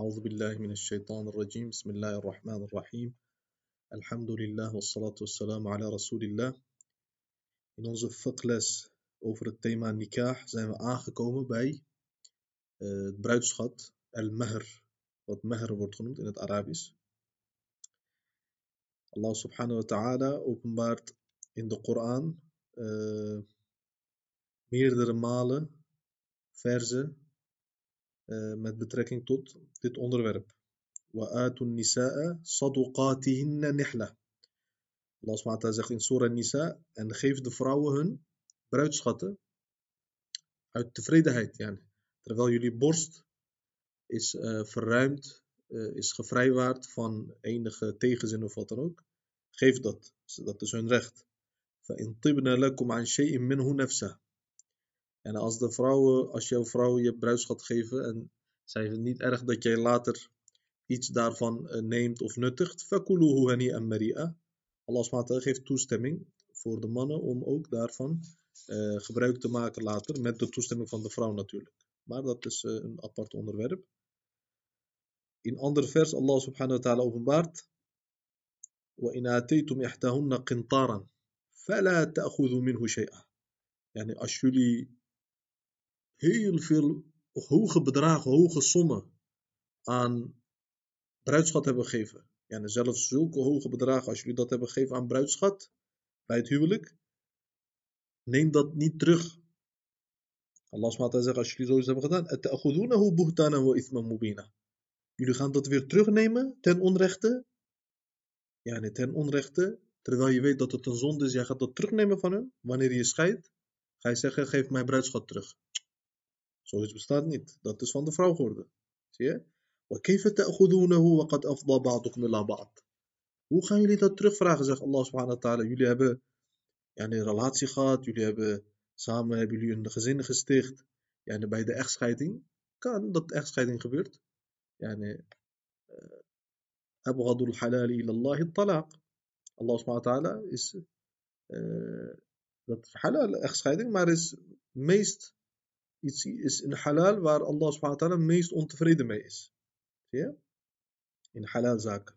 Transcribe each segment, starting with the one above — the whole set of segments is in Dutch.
أعوذ بالله من الشيطان الرجيم بسم الله الرحمن الرحيم الحمد لله والصلاة والسلام على رسول الله. In onze fiqhles over het thema nikah zijn we aangekomen bij het bruidschat, al-mahr, wat mahr wordt genoemd in het Arabisch. Allah subhanahu wa ta'ala openbaart in de Koran meerdere malen verzen met betrekking tot dit onderwerp. وَآتُوا النِّسَاءَ صَدُقَاتِهِنَّ نِحْلَةً. Allah subhanahu wa ta'ala zegt in Surah Nisa, en geef de vrouwen hun bruidschatten uit tevredenheid. Yani. Terwijl jullie borst is verruimd, is gevrijwaard van enige tegenzin of wat dan ook. Geef dat. Dat is hun recht. فَإِنْ طِبْنَ لَكُمْ عَنْ شَيْءٍ مِّنْهُ نَفْسَهُ. En als jouw vrouw je bruidschat geven en zij vindt het niet erg dat jij later iets daarvan neemt of nuttigt, فَكُلُوهُ هَنِيئًا مَرِيئًا. Allah SWT geeft toestemming voor de mannen om ook daarvan gebruik te maken later, met de toestemming van de vrouw natuurlijk. Maar dat is een apart onderwerp. In ander vers Allah subhanahu wa ta'ala openbaart: وَإِنْ آتَيْتُمْ إِحْدَاهُنَّ قِنْطَارًا فَلَا تَأْخُذُوا مِنْهُ شَيْئًا. Yani als jullie heel veel hoge bedragen, hoge sommen aan bruidschat hebben gegeven, yani zelfs zulke hoge bedragen als jullie dat hebben gegeven aan bruidschat bij het huwelijk, neem dat niet terug. Allah SWT zegt, als jullie zoiets hebben gedaan, أَتَأْخُذُونَهُ بُهْتَانًا وَإِثْمًا مُبِينًا. Jullie gaan dat weer terugnemen ten onrechte. Yani ten onrechte, terwijl je weet dat het een zonde is, jij gaat dat terugnemen van hen. Wanneer je scheidt, ga je zeggen, geef mijn bruidschat terug. Zoiets bestaat niet. Dat is van de vrouw geworden. Zie je? وَكَيْفَ تَأْخُذُونَهُ وَقَدْ أَفْضَى بَعْضُكُمْ إِلَى بَعْضٍ. Hoe gaan jullie dat terugvragen, zegt Allah subhanahu wa ta'ala. Jullie hebben een relatie gehad, samen hebben jullie een gezin gesticht. Bij de echtscheiding kan dat echtscheiding gebeurt. أبغض الحلال إلى الله الطلاق. Allah subhanahu wa ta'ala is dat halal echtscheiding, maar is een halal waar Allah subhanahu wa ta'ala meest ontevreden mee is. Zie je? In halal zaken.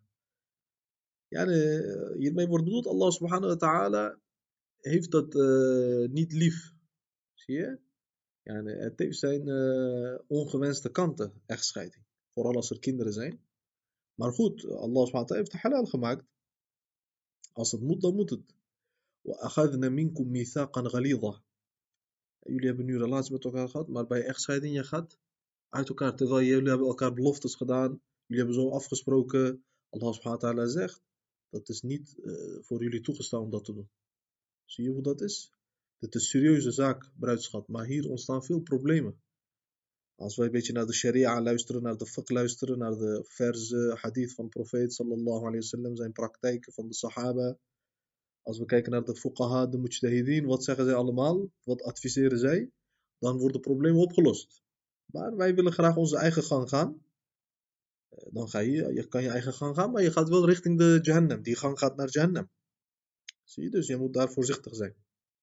Hiermee wordt bedoeld, Allah subhanahu wa ta'ala heeft dat niet lief. Zie je? Het heeft zijn ongewenste kanten, echtscheiding. Vooral als er kinderen zijn. Maar goed, Allah subhanahu wa ta'ala heeft het halal gemaakt. Als het moet, dan moet het. وَأَخَذْنَا مِنْكُمْ مِيثَاقًا غَلِيظًا. Jullie hebben nu relatie met elkaar gehad, maar bij echtscheiding, je gaat uit elkaar. Terwijl jullie hebben elkaar beloftes gedaan. Jullie hebben zo afgesproken. Allah subhanahu wa ta'ala zegt, dat is niet voor jullie toegestaan om dat te doen. Zie je hoe dat is? Dit is een serieuze zaak, bruidschat. Maar hier ontstaan veel problemen. Als wij een beetje naar de sharia luisteren, naar de fiqh luisteren, naar de verzen, hadith van profeet sallallahu alayhi wa sallam, zijn praktijken van de sahaba. Als we kijken naar de fuqaha, de mujtahideen, wat zeggen zij allemaal? Wat adviseren zij? Dan wordt het probleem opgelost. Maar wij willen graag onze eigen gang gaan. Dan je kan je eigen gang gaan, maar je gaat wel richting de Jahannam. Die gang gaat naar Jahannam. Zie je, dus je moet daar voorzichtig zijn.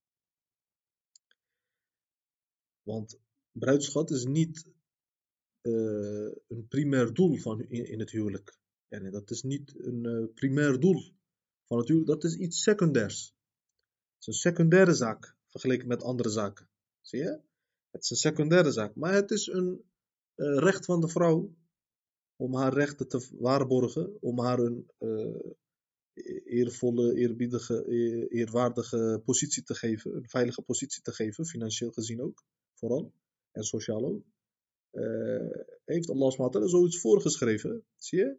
Want bruidschat is niet een primair doel in het huwelijk. Dat is niet een primair doel van het huwelijk. Dat is iets secundairs. Het is een secundaire zaak vergeleken met andere zaken. Zie je? Het is een secundaire zaak. Maar het is een recht van de vrouw om haar rechten te waarborgen. Om haar een eervolle, eerbiedige, eerwaardige positie te geven. Een veilige positie te geven. Financieel gezien ook. Vooral. En sociaal ook. Heeft Allah SWT zoiets voorgeschreven. Zie je?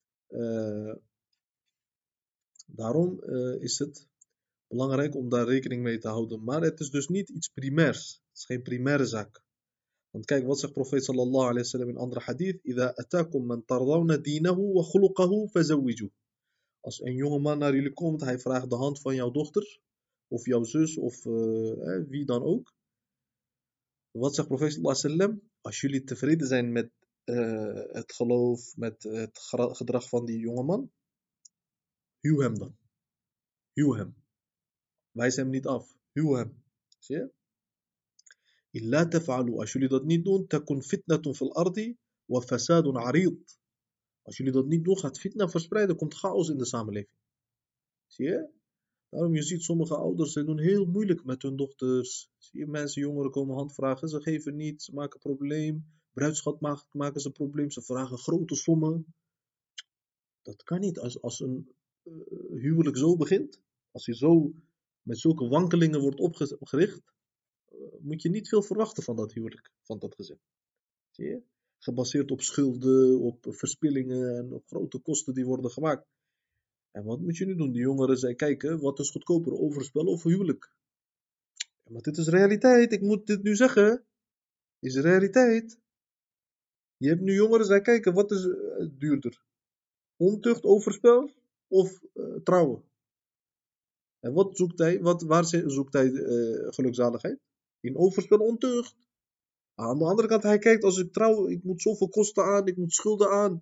Daarom is het belangrijk om daar rekening mee te houden. Maar het is dus niet iets primairs. Het is geen primaire zaak. Want kijk, wat zegt profeet sallallahu alayhi wa sallam in andere hadith? إِذَا أَتَاكُمْ مَنْ تَرْضَوْنَ دِينَهُ وَخُلُقَهُ فَزَوِّجُوهُ. Als een jongeman naar jullie komt, hij vraagt de hand van jouw dochter, of jouw zus, of wie dan ook. Wat zegt profeet sallallahu alayhi wa sallam? Als jullie tevreden zijn met het geloof, met het gedrag van die jongeman, huw hem dan. Huw hem. Wijs hem niet af. Huw hem. Zie je? Illa taf'alu. Als jullie dat niet doen, takun fitnatun fil ardi وفساد عريض. Als jullie dat niet doen, gaat fitna verspreiden, komt chaos in de samenleving. Zie je? Daarom je ziet sommige ouders, ze doen heel moeilijk met hun dochters. Zie je, mensen, jongeren komen handvragen, ze geven niet, ze maken probleem. Bruidschat maken ze probleem, ze vragen grote sommen. Dat kan niet. Als een huwelijk zo begint, als hij zo met zulke wankelingen wordt opgericht, moet je niet veel verwachten van dat huwelijk, van dat gezin. Zie je? Gebaseerd op schulden, op verspillingen en op grote kosten die worden gemaakt. En wat moet je nu doen? Die jongeren zij kijken, wat is goedkoper, overspel of huwelijk? Ja, maar dit is realiteit, ik moet dit nu zeggen. Dit is realiteit. Je hebt nu jongeren zij kijken, wat is duurder? Ontucht, overspel of trouwen? En wat zoekt hij? Waar zoekt hij gelukzaligheid? In overspel, ontucht. Aan de andere kant, hij kijkt, als ik trouw, ik moet zoveel kosten aan, ik moet schulden aan.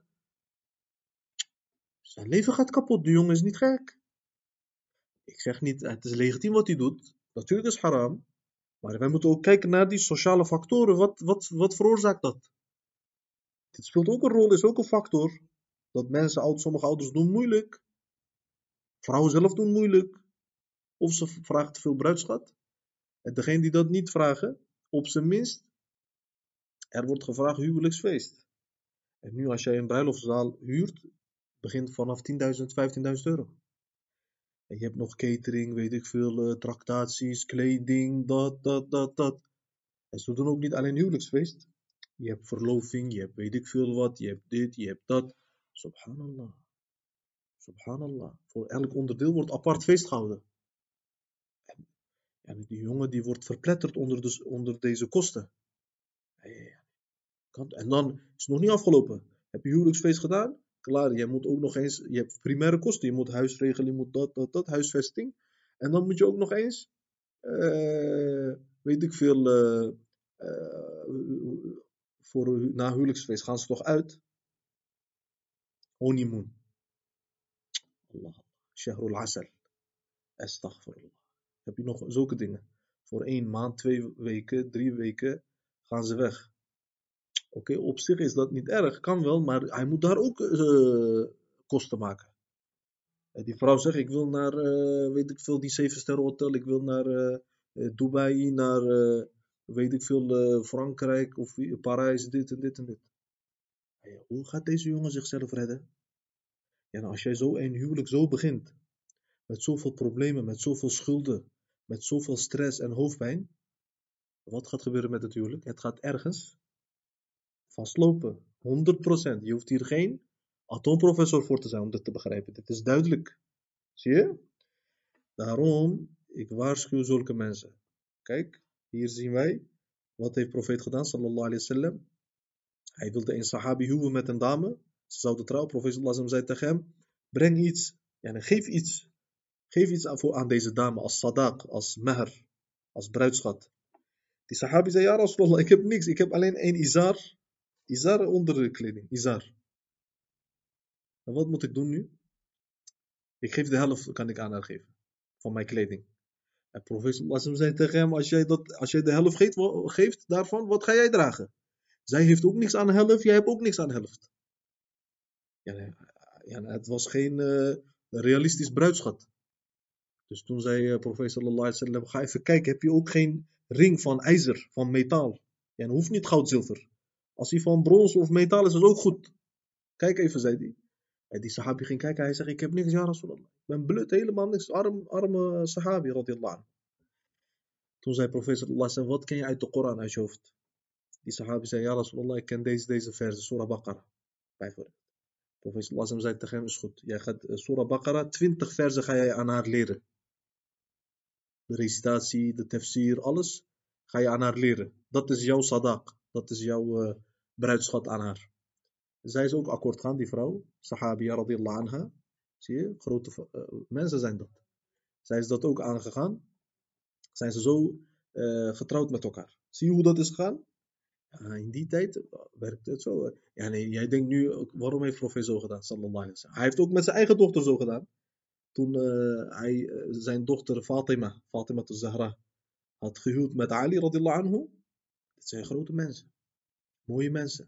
Zijn leven gaat kapot, die jongen is niet gek. Ik zeg niet, het is legitiem wat hij doet. Natuurlijk is het haram. Maar wij moeten ook kijken naar die sociale factoren. Wat veroorzaakt dat? Dit speelt ook een rol, is ook een factor. Dat mensen, sommige ouders doen moeilijk. Vrouwen zelf doen moeilijk. Of ze vragen te veel bruidschat. En degene die dat niet vragen, op zijn minst, er wordt gevraagd huwelijksfeest. En nu als jij een bruiloftszaal huurt, begint vanaf 10.000, 15.000 euro. En je hebt nog catering, weet ik veel, tractaties, kleding, dat. En ze doen ook niet alleen huwelijksfeest. Je hebt verloving, je hebt weet ik veel wat, je hebt dit, je hebt dat. Subhanallah. Subhanallah. Voor elk onderdeel wordt apart feest gehouden. En die jongen die wordt verpletterd onder deze kosten. En dan is het nog niet afgelopen. Heb je huwelijksfeest gedaan? Klaar, je moet ook nog eens, je hebt primaire kosten. Je moet huisregelen, je moet dat, huisvesting. En dan moet je ook nog eens, weet ik veel, na huwelijksfeest gaan ze toch uit. Honeymoon. Allah. Shahrul Asal. Astaghfirullah. Heb je nog zulke dingen? Voor 1 maand, 2 weken, 3 weken gaan ze weg. Oké, op zich is dat niet erg, kan wel, maar hij moet daar ook kosten maken. Die vrouw zegt, ik wil naar, weet ik veel, die 7-sterren hotel, ik wil naar Dubai, naar, weet ik veel, Frankrijk of Parijs, dit en dit en dit. Ja, hoe gaat deze jongen zichzelf redden? Ja, nou, als jij zo een huwelijk zo begint, met zoveel problemen, met zoveel schulden, met zoveel stress en hoofdpijn, wat gaat gebeuren met het huwelijk? Het gaat ergens vastlopen. 100%. Je hoeft hier geen atoomprofessor voor te zijn om dit te begrijpen. Dit is duidelijk. Zie je? Daarom, ik waarschuw zulke mensen. Kijk, hier zien wij. Wat heeft profeet gedaan, sallallahu alayhi wasallam? Hij wilde een sahabi huwen met een dame. Ze zouden trouwen. Profeet sallallahu alayhi wasallam zei tegen hem, breng iets. Ja, geef iets. Geef iets aan deze dame als sadaq, als meher, als bruidschat. Die sahabi zei, ja Rasulallah, ik heb niks. Ik heb alleen een izar. Izar onder de kleding. Izar. En wat moet ik doen nu? Ik geef de helft, kan ik aan haar geven. Van mijn kleding. En profeet sallallahu zei tegen hem, als jij de helft geeft daarvan, wat ga jij dragen? Zij heeft ook niks aan de helft, jij hebt ook niks aan de helft. Ja, het was geen realistisch bruidschat. Dus toen zei profeet sallallahu alaihi wasallam, ga even kijken, heb je ook geen ring van ijzer, van metaal? Ja, dan hoeft niet goud, zilver. Als die van brons of metaal is, is ook goed. Kijk even, zei hij. En die sahabi ging kijken, hij zegt, ik heb niks, ja Rasulallah. Ik ben blut, helemaal niks. Arme sahabi, radiyallahu anhu. Toen zei profeet sallallahu alaihi wasallam, wat ken je uit de Koran uit je hoofd? Die sahabi zei, ja Rasulallah, ik ken deze verse, Surah Baqarah. Bijvoorbeeld. Profeet sallallahu alaihi wasallam zei tegen hem, is goed. Jij gaat Surah Baqarah, 20 versen ga jij aan haar leren. De recitatie, de tafsir, alles ga je aan haar leren. Dat is jouw sadaq. Dat is jouw bruidschat aan haar. Zij is ook akkoord gaan, die vrouw. Sahabiya radiyallahu anha. Zie je, grote mensen zijn dat. Zij is dat ook aangegaan. Zijn ze zo getrouwd met elkaar. Zie je hoe dat is gegaan? In die tijd werkte het zo. Ja, nee, jij denkt nu, waarom heeft profeet zo gedaan? Sallallahu alaihi wasallam. Hij heeft ook met zijn eigen dochter zo gedaan. Toen hij zijn dochter Fatima Zahra, had gehuwd met Ali radiyallahu anhu. Dit zijn grote mensen. Mooie mensen.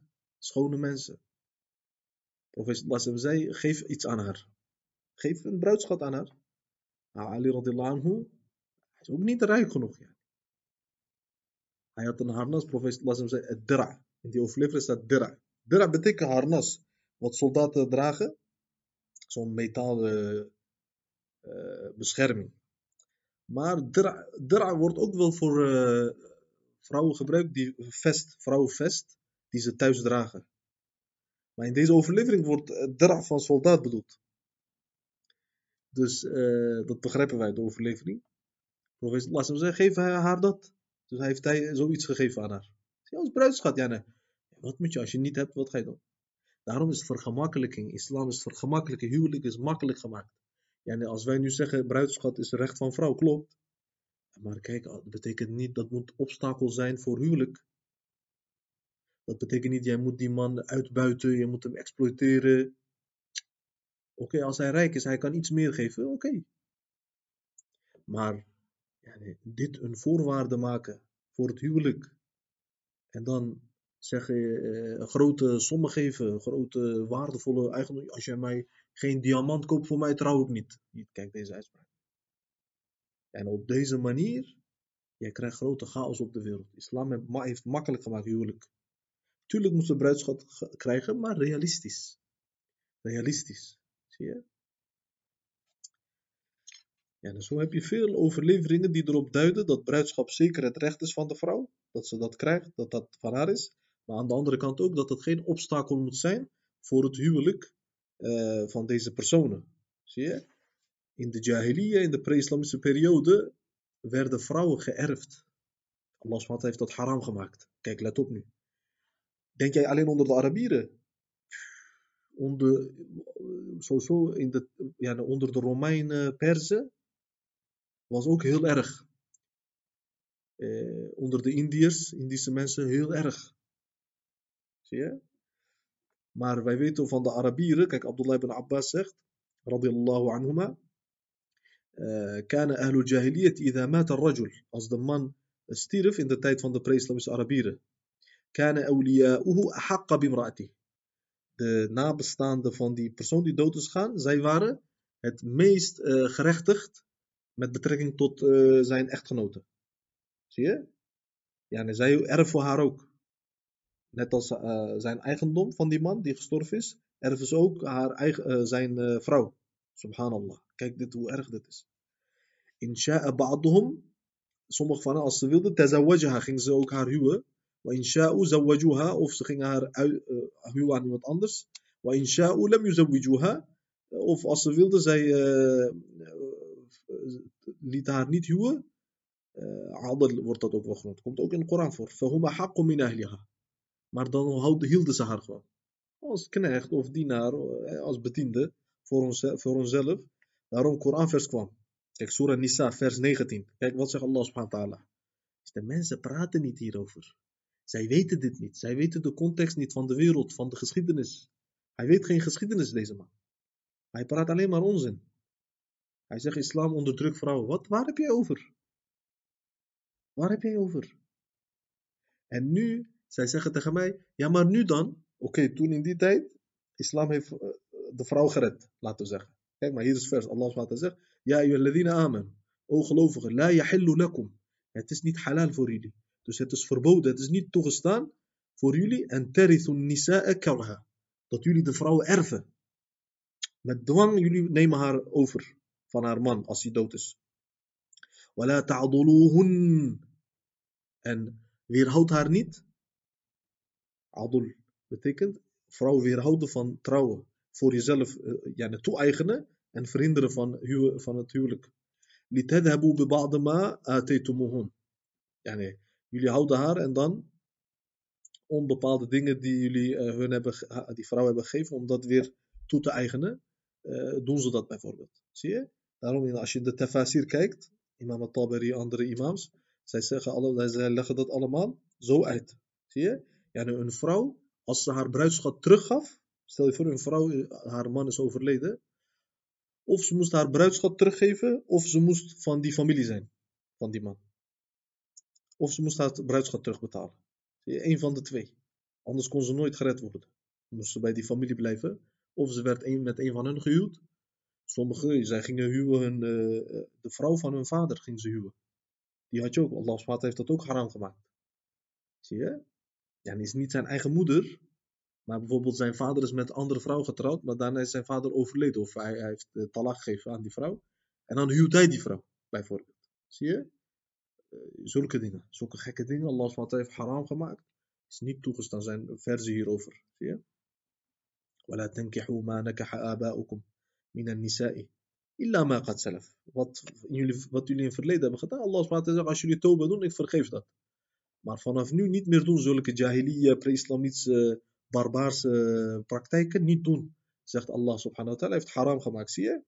schone mensen. Profeet sallallahu zei, geef iets aan haar. Geef een bruidschat aan haar. Nou, Ali radiyallahu anhu is ook niet rijk genoeg. Ja. Hij had een harnas, profeet sallallahu zei, het dira. In die overlevering staat dira. Dira betekent harnas. Wat soldaten dragen. Zo'n metalen bescherming. Maar dira wordt ook wel voor vrouwen gebruikt, die vrouwenvest, die ze thuis dragen. Maar in deze overlevering wordt dra van soldaat bedoeld. Dus dat begrijpen wij, de overlevering. Profeet sallallahu zei, geef haar dat. Dus hij heeft zoiets gegeven aan haar. Ja, als bruidschat, ja nee. Wat moet je, als je niet hebt, wat ga je doen? Daarom is vergemakkelijking. Islam is vergemakkelijking. Huwelijk is makkelijk gemaakt. Ja, nee, als wij nu zeggen, bruidschat is recht van vrouw, klopt. Maar kijk, dat betekent niet, dat moet obstakel zijn voor huwelijk. Dat betekent niet, jij moet die man uitbuiten, je moet hem exploiteren. Oké, als hij rijk is, hij kan iets meer geven, oké. Maar ja, nee, dit een voorwaarde maken voor het huwelijk. En dan zeggen, grote sommen geven, grote waardevolle eigendom. Als jij mij geen diamant koopt voor mij, trouw ik niet. Kijk deze uitspraak. En op deze manier, jij krijgt grote chaos op de wereld. Islam heeft makkelijk gemaakt huwelijk. Tuurlijk moet ze bruidschat krijgen, maar realistisch. Realistisch. Zie je? Ja, en zo heb je veel overleveringen die erop duiden dat bruidschap zeker het recht is van de vrouw. Dat ze dat krijgt, dat dat van haar is. Maar aan de andere kant ook dat het geen obstakel moet zijn voor het huwelijk van deze personen. Zie je? In de Jahiliya, in de pre-islamische periode, werden vrouwen geërfd. Allah SWT heeft dat haram gemaakt. Kijk, let op nu. Denk jij alleen onder de Arabieren? Sowieso onder de Romeinen, Perzen was ook heel erg. Onder de Indische mensen heel erg. Zie je? Maar wij weten van de Arabieren, kijk, Abdullah ibn Abbas zegt, radiyallahu anhuma, kana ahlul jahiliyyat idha mata ar-rajul, als de man stierf in de tijd van de pre-islamische Arabieren, kana awliya'uhu ahaqqa bimra'ati. De nabestaanden van die persoon die dood is gegaan, zij waren het meest gerechtigd met betrekking tot zijn echtgenote. Zie je? Ja, en zij erven voor haar ook. Net als zijn eigendom van die man die gestorven is, erven ze ook zijn vrouw. Subhanallah. Kijk hoe erg dit is. In sha'a ba'duhum, sommige van hen, als ze wilden, tazawwajaha, gingen ze ook haar huwen. Wa in sha'u zawwajuha, of ze gingen haar huwen aan iemand anders. Wa in sha'u lam yuzawwijuha, of als ze wilden, zij liet haar niet huwen. Adel wordt dat ook wel genoemd. Komt ook in de Koran voor. Fahuma haqqu min ahliha. Maar dan hielden ze haar gewoon. Als knecht of dienaar, als bediende, voor onszelf. Daarom Koranvers kwam. Kijk, Surah Nisa, vers 19. Kijk, wat zegt Allah subhanahu wa ta'ala. De mensen praten niet hierover. Zij weten dit niet. Zij weten de context niet van de wereld, van de geschiedenis. Hij weet geen geschiedenis, deze man. Hij praat alleen maar onzin. Hij zegt, islam onderdrukt vrouwen. Wat? Waar heb jij over? Waar heb jij over? En nu, zij zeggen tegen mij, ja maar nu dan, oké, toen in die tijd, islam heeft de vrouw gered, laten we zeggen. Kijk maar, hier is vers, Allah SWT zegt, ja ayyuhalladhina amen, o gelovigen, la yahillu lakum, het is niet halal voor jullie. Dus het is verboden, het is niet toegestaan voor jullie, en terithun nisa'a karha, dat jullie de vrouwen erven. Met dwang, jullie nemen haar over van haar man, als hij dood is. Wala ta'aduluhun, en weerhoud haar niet. Adul betekent vrouw weerhouden van trouwen. Voor jezelf toe-eigenen en verhinderen van het huwelijk. Litadhabu bi ba'd ma ataytumuhun. Jullie houden haar en dan onbepaalde dingen die jullie die vrouw hebben gegeven om dat weer toe te eigenen, doen ze dat bijvoorbeeld. Zie je? Daarom als je in de tafasir kijkt, Imam al-Tabari en andere imams, zij leggen dat allemaal zo uit. Zie je? Een vrouw, als ze haar bruidschat teruggaf, stel je voor een vrouw, haar man is overleden, of ze moest haar bruidschat teruggeven, of ze moest van die familie zijn, van die man. Of ze moest haar bruidschat terugbetalen. Zie je? Eén van de twee. Anders kon ze nooit gered worden. Moest ze bij die familie blijven. Of ze werd met een van hen gehuwd. Sommigen, zij gingen huwen, de vrouw van hun vader ging ze huwen. Die had je ook. Allah SWT heeft dat ook haram gemaakt. Zie je? Ja, en is niet zijn eigen moeder. Maar bijvoorbeeld zijn vader is met een andere vrouw getrouwd. Maar daarna is zijn vader overleden. Of hij heeft talak gegeven aan die vrouw. En dan huwt hij die vrouw. Bijvoorbeeld. Zie je? Zulke dingen. Zulke gekke dingen. Allah SWT heeft haram gemaakt. Is niet toegestaan. Zijn verzen hierover. Zie je? وَلَا تَنْكِحُوا مَا نَكَحَ آبَاؤُكُمْ مِنَ النِّسَاءِ إِلَّا مَا قَدْ سَلَفَ. Wat jullie in het verleden hebben gedaan. Allah SWT zegt, als jullie toba doen, ik vergeef dat. Maar vanaf nu niet meer doen zulke jahiliya, pre-islamitische, barbaarse praktijken. Niet doen. Zegt Allah subhanahu wa ta'ala. Heeft haram gemaakt. Zie je?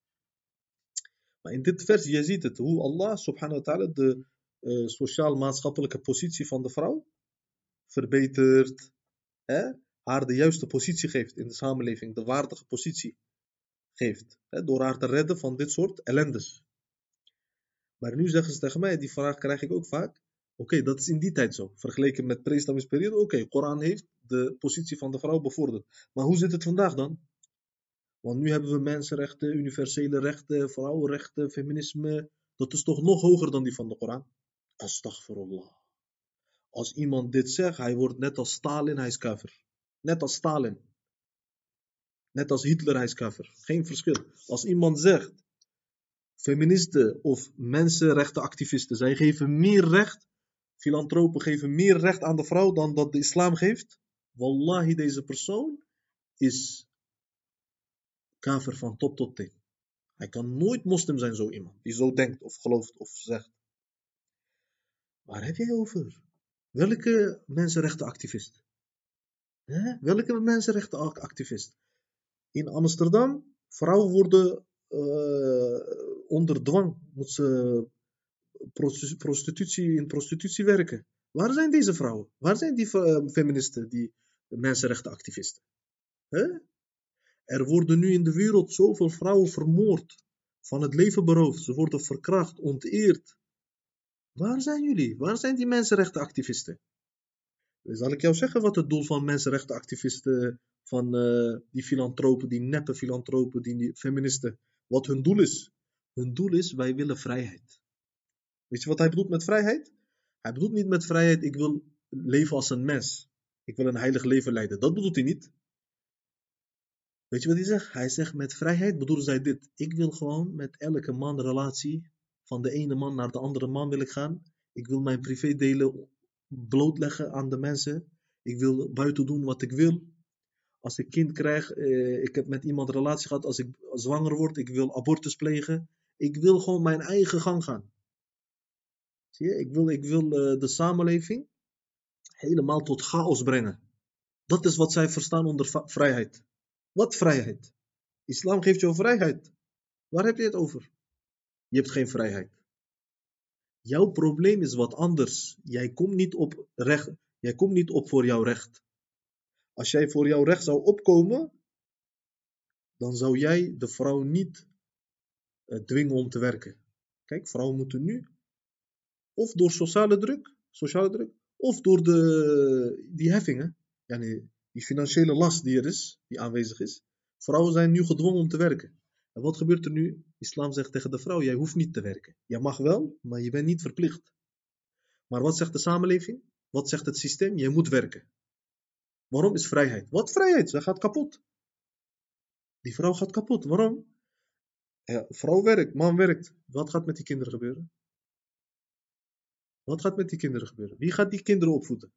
Maar in dit vers, je ziet het. Hoe Allah subhanahu wa ta'ala de sociaal-maatschappelijke positie van de vrouw verbetert. Haar de juiste positie geeft in de samenleving. De waardige positie geeft. Door haar te redden van dit soort ellendes. Maar nu zeggen ze tegen mij, die vraag krijg ik ook vaak. Oké, dat is in die tijd zo. Vergeleken met pre-islamische periode. Oké, Koran heeft de positie van de vrouw bevorderd. Maar hoe zit het vandaag dan? Want nu hebben we mensenrechten, universele rechten, vrouwenrechten, feminisme. Dat is toch nog hoger dan die van de Koran? Astaghfirullah. Als iemand dit zegt, hij wordt net als Stalin, hij is kafir. Net als Stalin. Net als Hitler, hij is kafir. Geen verschil. Als iemand zegt, feministen of mensenrechtenactivisten, zij geven meer recht, filantropen geven meer recht aan de vrouw dan dat de islam geeft. Wallahi, deze persoon is kafir van top tot teen. Hij kan nooit moslim zijn, zo iemand, die zo denkt of gelooft of zegt. Waar heb jij over? Welke mensenrechtenactivist? Welke mensenrechtenactivist? In Amsterdam, vrouwen worden onder dwang, moeten ze in prostitutie werken. Waar zijn deze vrouwen? Waar zijn die feministen, die mensenrechtenactivisten? Er worden nu in de wereld zoveel vrouwen vermoord, van het leven beroofd. Ze worden verkracht, onteerd. Waar zijn jullie? Waar zijn die mensenrechtenactivisten? Zal ik jou zeggen wat het doel van mensenrechtenactivisten, van die filantropen, die neppe filantropen, die feministen, wat hun doel is? Hun doel is, wij willen vrijheid. Weet je wat hij bedoelt met vrijheid? Hij bedoelt niet met vrijheid, ik wil leven als een mens. Ik wil een heilig leven leiden. Dat bedoelt hij niet. Weet je wat hij zegt? Hij zegt met vrijheid bedoelen zij dit. Ik wil gewoon met elke man relatie, van de ene man naar de andere man wil ik gaan. Ik wil mijn privédelen blootleggen aan de mensen. Ik wil buiten doen wat ik wil. Als ik kind krijg, ik heb met iemand relatie gehad. Als ik zwanger word, ik wil abortus plegen. Ik wil gewoon mijn eigen gang gaan. Zie je? Ik wil de samenleving helemaal tot chaos brengen. Dat is wat zij verstaan onder vrijheid. Wat vrijheid? Islam geeft jou vrijheid. Waar heb je het over? Je hebt geen vrijheid. Jouw probleem is wat anders. Jij komt niet op recht. Jij komt niet op voor jouw recht. Als jij voor jouw recht zou opkomen, dan zou jij de vrouw niet dwingen om te werken. Kijk, vrouwen moeten nu, of door sociale druk, of door die heffingen, die financiële last die er is, die aanwezig is. Vrouwen zijn nu gedwongen om te werken. En wat gebeurt er nu? Islam zegt tegen de vrouw, jij hoeft niet te werken. Jij mag wel, maar je bent niet verplicht. Maar wat zegt de samenleving? Wat zegt het systeem? Jij moet werken. Waarom is vrijheid? Wat vrijheid? Zij gaat kapot. Die vrouw gaat kapot. Waarom? Ja, vrouw werkt, man werkt. Wat gaat met die kinderen gebeuren? Wat gaat met die kinderen gebeuren? Wie gaat die kinderen opvoeden?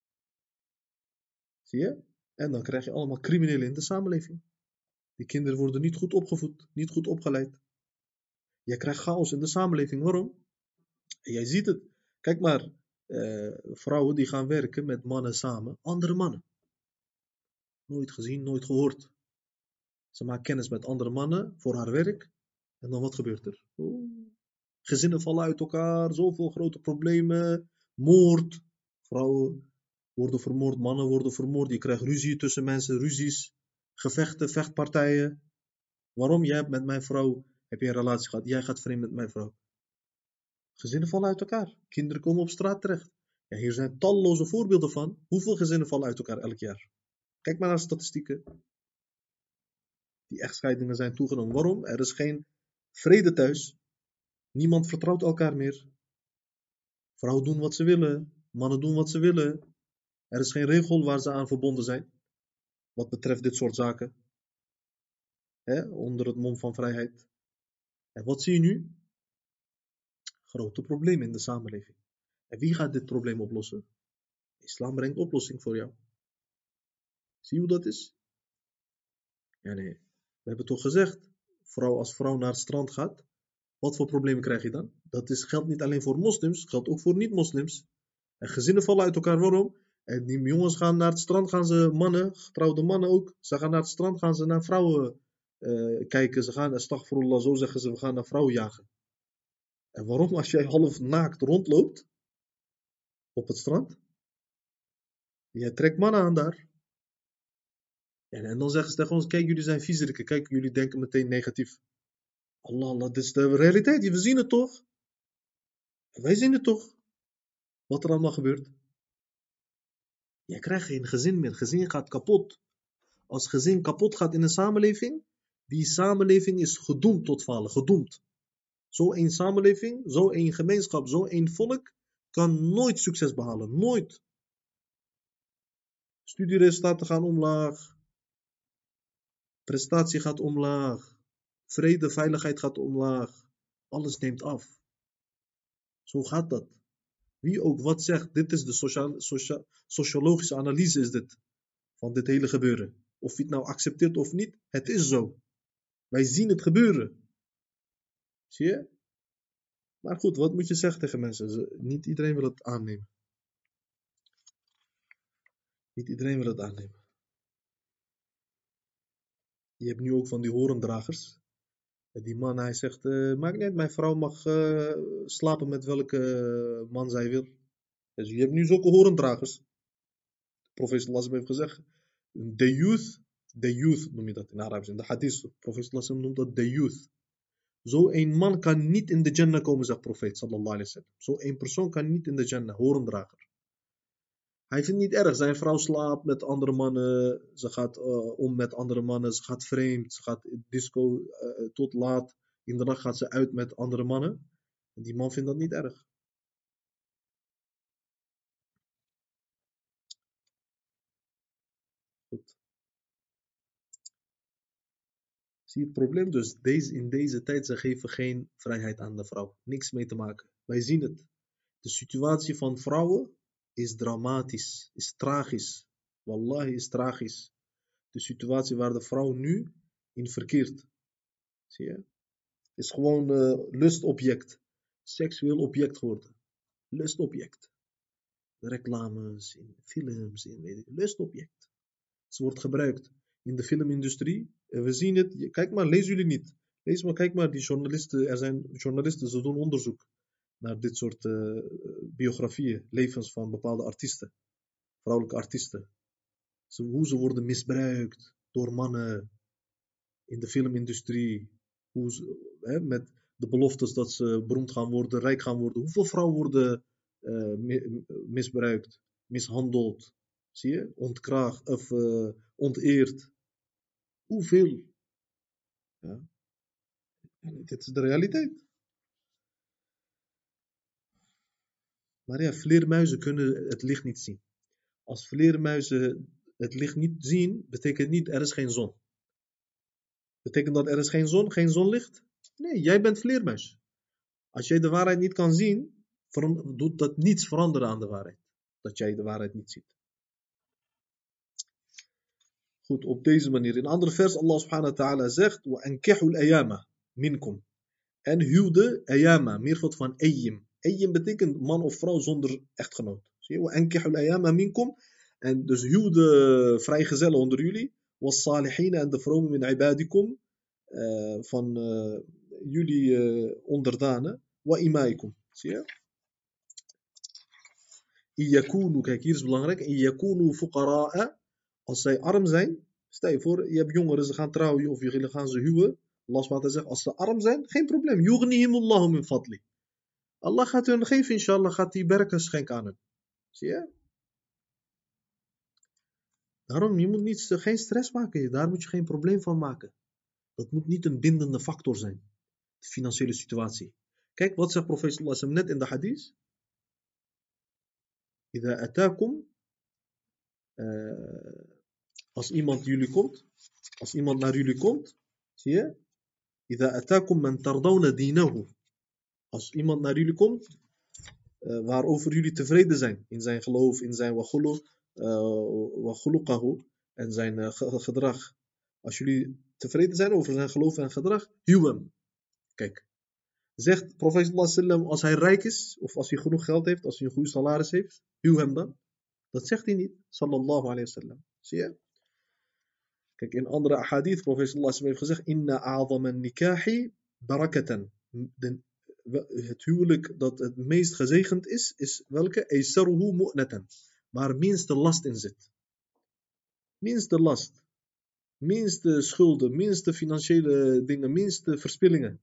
Zie je? En dan krijg je allemaal criminelen in de samenleving. Die kinderen worden niet goed opgevoed, niet goed opgeleid. Je krijgt chaos in de samenleving. Waarom? En jij ziet het. Kijk maar, vrouwen die gaan werken met mannen samen, andere mannen. Nooit gezien, nooit gehoord. Ze maakt kennis met andere mannen voor haar werk. En dan wat gebeurt er? Gezinnen vallen uit elkaar, zoveel grote problemen, moord. Vrouwen worden vermoord, mannen worden vermoord. Je krijgt ruzie tussen mensen, ruzies, gevechten, vechtpartijen. Waarom? Jij hebt met mijn vrouw, heb je een relatie gehad, jij gaat vreemd met mijn vrouw. Gezinnen vallen uit elkaar. Kinderen komen op straat terecht. Ja, hier zijn talloze voorbeelden van. Hoeveel gezinnen vallen uit elkaar elk jaar? Kijk maar naar de statistieken. Die echtscheidingen zijn toegenomen. Waarom? Er is geen vrede thuis. Niemand vertrouwt elkaar meer. Vrouwen doen wat ze willen. Mannen doen wat ze willen. Er is geen regel waar ze aan verbonden zijn. Wat betreft dit soort zaken. Onder het mom van vrijheid. En wat zie je nu? Grote problemen in de samenleving. En wie gaat dit probleem oplossen? Islam brengt oplossing voor jou. Zie je hoe dat is? Ja, nee. We hebben toch gezegd, als vrouw naar het strand gaat, wat voor problemen krijg je dan? Geldt niet alleen voor moslims, geldt ook voor niet-moslims. En gezinnen vallen uit elkaar, waarom? En die jongens gaan naar het strand, gaan ze mannen, getrouwde mannen ook, ze gaan naar het strand, gaan ze naar vrouwen kijken. Ze gaan, astaghfirullah, zo zeggen ze, we gaan naar vrouwen jagen. En waarom? Als jij half naakt rondloopt op het strand, jij trekt mannen aan daar. En dan zeggen ze tegen ons, kijk, jullie zijn viezeriken, kijk, jullie denken meteen negatief. Allah, dit is de realiteit, we zien het toch? Wij zien het toch? Wat er allemaal gebeurt. Jij krijgt geen gezin meer, gezin gaat kapot. Als gezin kapot gaat in een samenleving, die samenleving is gedoemd tot falen, gedoemd. Zo'n samenleving, zo'n gemeenschap, zo'n volk kan nooit succes behalen, nooit. Studieresultaten gaan omlaag, prestatie gaat omlaag, vrede, veiligheid gaat omlaag, alles neemt af. Zo gaat dat. Wie ook wat zegt, dit is de sociologische analyse is dit, van dit hele gebeuren. Of je het nou accepteert of niet, het is zo. Wij zien het gebeuren. Zie je? Maar goed, wat moet je zeggen tegen mensen? Niet iedereen wil het aannemen. Niet iedereen wil het aannemen. Je hebt nu ook van die horendragers. Die man, hij zegt, maakt niet uit, mijn vrouw mag slapen met welke man zij wil. Dus je hebt nu zulke horendragers. Profeet Sallallahu heeft gezegd, the youth noem je dat in Arabisch. In de hadith, profeet Sallallahu noemt dat the youth. Zo'n man kan niet in de Jannah komen, zegt profeet Sallallahu Alaihi Wasallam. Zo'n persoon kan niet in de Jannah, horendrager. Hij vindt het niet erg, zijn vrouw slaapt met andere mannen, ze gaat om met andere mannen, ze gaat vreemd, ze gaat in disco tot laat. In de nacht gaat ze uit met andere mannen. En die man vindt dat niet erg. Goed. Zie je het probleem? Dus in deze tijd, ze geven geen vrijheid aan de vrouw. Niks mee te maken. Wij zien het. De situatie van vrouwen is dramatisch, is tragisch. Wallahi is tragisch. De situatie waar de vrouw nu in verkeert. Zie je? Is gewoon lustobject. Seksueel object geworden. Lustobject. Reclames, in films, lustobject. Ze wordt gebruikt in de filmindustrie. We zien het. Kijk maar, lezen jullie niet. Lees maar, kijk maar, die journalisten. Er zijn journalisten, ze doen onderzoek naar dit soort biografieën, levens van bepaalde artiesten. Vrouwelijke artiesten. Hoe ze worden misbruikt door mannen in de filmindustrie. Met de beloftes dat ze beroemd gaan worden, rijk gaan worden. Hoeveel vrouwen worden misbruikt, mishandeld? Zie je? Ontkraagd of onteerd. Hoeveel? Ja. Dit is de realiteit. Maar ja, vleermuizen kunnen het licht niet zien. Als vleermuizen het licht niet zien, betekent niet er is geen zon. Betekent dat er is geen zon, geen zonlicht? Nee, jij bent vleermuis. Als jij de waarheid niet kan zien, doet dat niets veranderen aan de waarheid. Dat jij de waarheid niet ziet. Goed, op deze manier. In een andere vers, Allah subhanahu wa ta'ala zegt, وَأَنْكِحُوا الْأَيَامَ minkum. En huwde ayama, meervoud van ayyim. Ayyim betekent man of vrouw zonder echtgenoot. Zie je? وَأَنْكِحُوا الْأَيَامَ minkum. En dus huwde vrijgezellen onder jullie. وَالصَّالِحِينَ en de vromen min ibadikum. Van jullie onderdanen. وَإِمَائِكُمْ. Zie je? Iyakunu, kijk hier is belangrijk. Iyakunu fuqara'a. Als zij arm zijn. Stel je voor, je hebt jongeren, ze gaan trouwen of jullie gaan ze huwen. Allah SWT zegt, als ze arm zijn, geen probleem. Yughnihimullahu min fadli. Allah gaat hun geven, inshallah, gaat die berken schenken aan hen. Zie je? Daarom, je moet geen stress maken. Daar moet je geen probleem van maken. Dat moet niet een bindende factor zijn. De financiële situatie. Kijk, wat zegt profeet sallallahu alaihi wasallam net in de hadith. Ida atakum, als iemand naar jullie komt, zie je? Ida atakum man tardawna dinahu. Als iemand naar jullie komt, waarover jullie tevreden zijn. In zijn geloof, in zijn wa khuluqahu en zijn gedrag. Als jullie tevreden zijn over zijn geloof en gedrag, huw hem. Kijk. Zegt profeet sallallahu alaihi wasallam, als hij rijk is, of als hij genoeg geld heeft, als hij een goede salaris heeft, huw hem dan. Dat zegt hij niet, sallallahu alaihi wasallam. Zie je? Kijk, in andere ahadith, profeet sallallahu alaihi wasallam heeft gezegd, inna a'zama nikahi barakatan. Het huwelijk dat het meest gezegend is welke? Eisaruhu mu'natan. Waar minste last in zit. Minste last. Minste schulden, minste financiële dingen, minste verspillingen.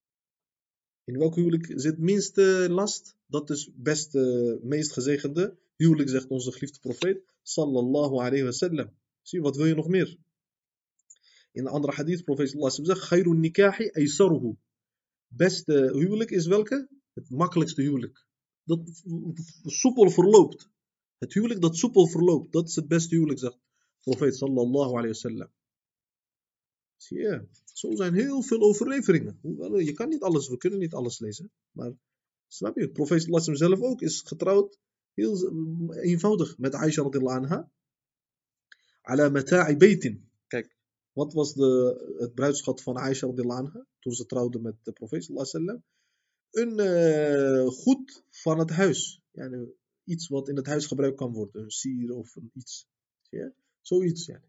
In welk huwelijk zit minste last? Dat is best meest gezegende huwelijk, zegt onze geliefde profeet, sallallahu alayhi wa sallam. Zie, wat wil je nog meer? In een andere hadith, profeet sallallahu alayhi wa sallam zegt, khairun nikahi aysaruhu. Beste huwelijk is welke? Het makkelijkste huwelijk. Dat soepel verloopt. Het huwelijk dat soepel verloopt. Dat is het beste huwelijk, zegt profeet sallallahu alayhi wa sallam. Zie je, zo zijn heel veel overleveringen. Je kan niet alles, we kunnen niet alles lezen. Maar, snap je, profeet sallallahu alayhi wa sallam zelf ook is getrouwd, heel eenvoudig, met Aisha radhiyallahu anha. Ala mata'i baytin. Kijk, wat was het bruidschat van Aisha radhiyallahu anha, toen ze trouwde met de profeet sallallahu alayhi wa sallam? Een goed van het huis. Ja, iets wat in het huis gebruikt kan worden. Een sier of iets. Zie je? Zoiets, ja.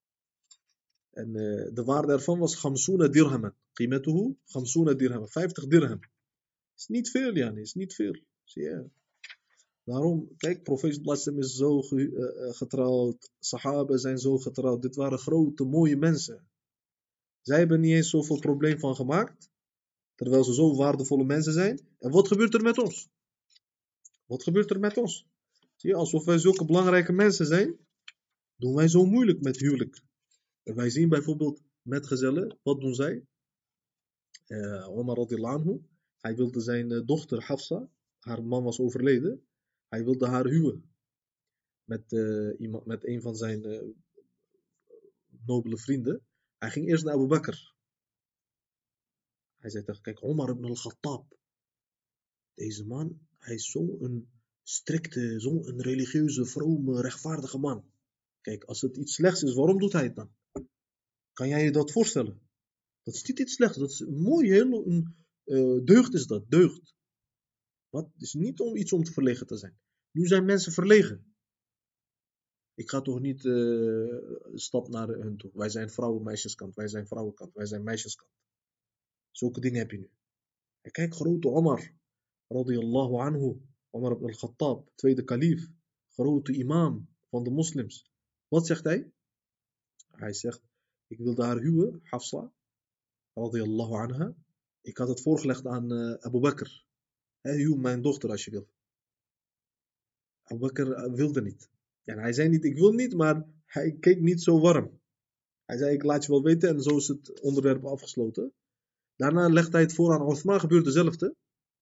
En de waarde ervan was 50 dirhaman. Qimatuhu 50 dirham. 50 dirham. Is niet veel, Jan. Is niet veel. Zie je? Daarom, kijk, profeet sallallahu is zo getrouwd. Sahaba zijn zo getrouwd. Dit waren grote, mooie mensen. Zij hebben niet eens zoveel probleem van gemaakt. Terwijl ze zo waardevolle mensen zijn. En wat gebeurt er met ons? Wat gebeurt er met ons? Zie je, alsof wij zulke belangrijke mensen zijn, doen wij zo moeilijk met huwelijk. En wij zien bijvoorbeeld metgezellen, wat doen zij? Omar radhiyallahu anhu, hij wilde zijn dochter Hafsa, haar man was overleden, hij wilde haar huwen met een van zijn nobele vrienden. Hij ging eerst naar Abu Bakr. Hij zei tegen, kijk, Omar ibn al-Khattab, deze man, hij is zo'n strikte, zo'n religieuze, vrome, rechtvaardige man. Kijk, als het iets slechts is, waarom doet hij het dan? Kan jij je dat voorstellen? Dat is niet iets slechts, dat is een mooie, deugd is dat, deugd. Wat? Het is niet om iets om te verlegen te zijn. Nu zijn mensen verlegen. Ik ga toch niet stap naar hun toe. Wij zijn vrouwen-meisjeskant, wij zijn vrouwenkant, wij zijn meisjeskant. Zulke dingen heb je nu. En kijk, grote Omar, radiyallahu anhu, Omar ibn al-Khattab, tweede kalif, grote imam van de moslims. Wat zegt hij? Hij zegt, ik wilde haar huwen, Hafsa, radiyallahu anha. Ik had het voorgelegd aan Abu Bakr. Huw mijn dochter als je wilt. Abu Bakr wilde niet. En hij zei niet, ik wil niet, maar hij keek niet zo warm. Hij zei, ik laat je wel weten, en zo is het onderwerp afgesloten. Daarna legde hij het voor aan Uthman, gebeurde hetzelfde.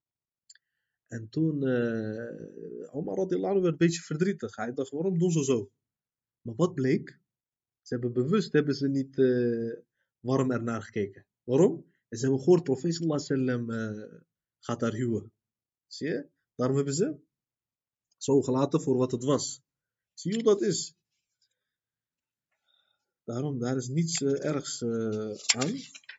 En toen, Omar radiyallahu anhu werd een beetje verdrietig. Hij dacht, waarom doen ze zo? Maar wat bleek? Hebben ze niet warm ernaar gekeken. Waarom? En ze hebben gehoord, profeet sallallahu alaihi wasallam gaat daar huwen. Zie je? Daarom hebben ze zo gelaten voor wat het was. Zie je hoe dat is? Daarom, daar is niets ergs aan.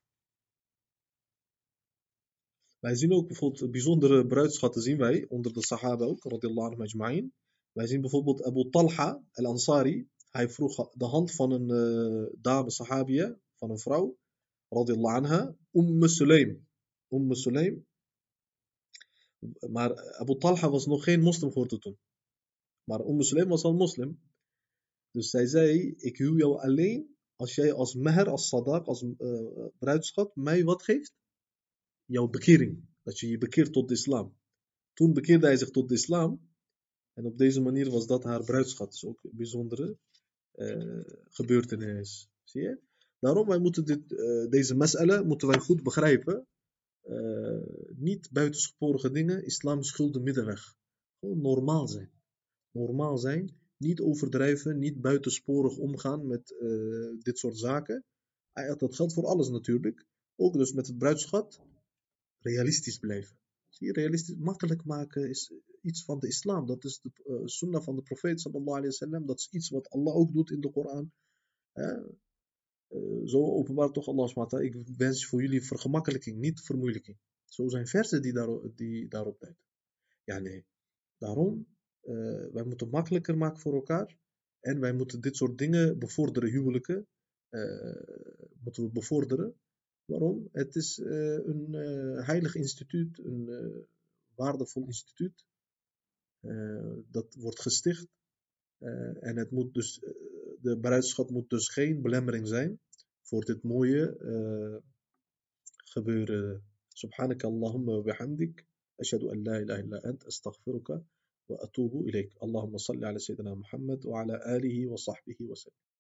Wij zien ook bijvoorbeeld bijzondere bruidschatten, zien wij, onder de Sahaba ook, radiyallahu anhum ajma'in. Wij zien bijvoorbeeld Abu Talha al-Ansari. Hij vroeg de hand van een dame Sahabiya, van een vrouw, radiyallahu anha, Sulaym. Sulaym. Maar Abu Talha was nog geen moslim geworden toen. Maar Sulaym was al moslim. Dus zij zei, ik huw jou alleen als jij als meher, als sadaq, als bruidschat, mij wat geeft? Jouw bekering. Dat je je bekeert tot de islam. Toen bekeerde hij zich tot de islam. En op deze manier was dat haar bruidschat. Dus ook een bijzondere gebeurtenis. Zie je? Daarom wij moeten deze mas'ala moeten wij goed begrijpen. Niet buitensporige dingen, islam is gulden middenweg. Gewoon normaal zijn. Normaal zijn, niet overdrijven, niet buitensporig omgaan met dit soort zaken. Dat geldt voor alles natuurlijk. Ook dus met het bruidschat, realistisch blijven. Zie je, realistisch makkelijk maken is iets van de islam. Dat is de sunnah van de profeet sallallahu alayhi wasallam. Dat is iets wat Allah ook doet in de Koran. Zo openbaart toch Allah SWT. Ik wens voor jullie vergemakkelijking, niet vermoeilijking. Zo zijn versen die daarop duiden. Ja, nee. Daarom, wij moeten makkelijker maken voor elkaar. En wij moeten dit soort dingen bevorderen, huwelijken. Moeten we bevorderen. Waarom? Het is een heilig instituut, een waardevol instituut. Dat wordt gesticht. En het moet dus, de bruidschat moet dus geen belemmering zijn voor dit mooie gebeuren. Subhanaka Allahumma wa bihamdik. Ashhadu an la ilaha illa ant. Astaghfiruka wa atubu ilayk. Allahumma salli ala Sayyidina Muhammad wa ala alihi wa sahbihi wa sallam.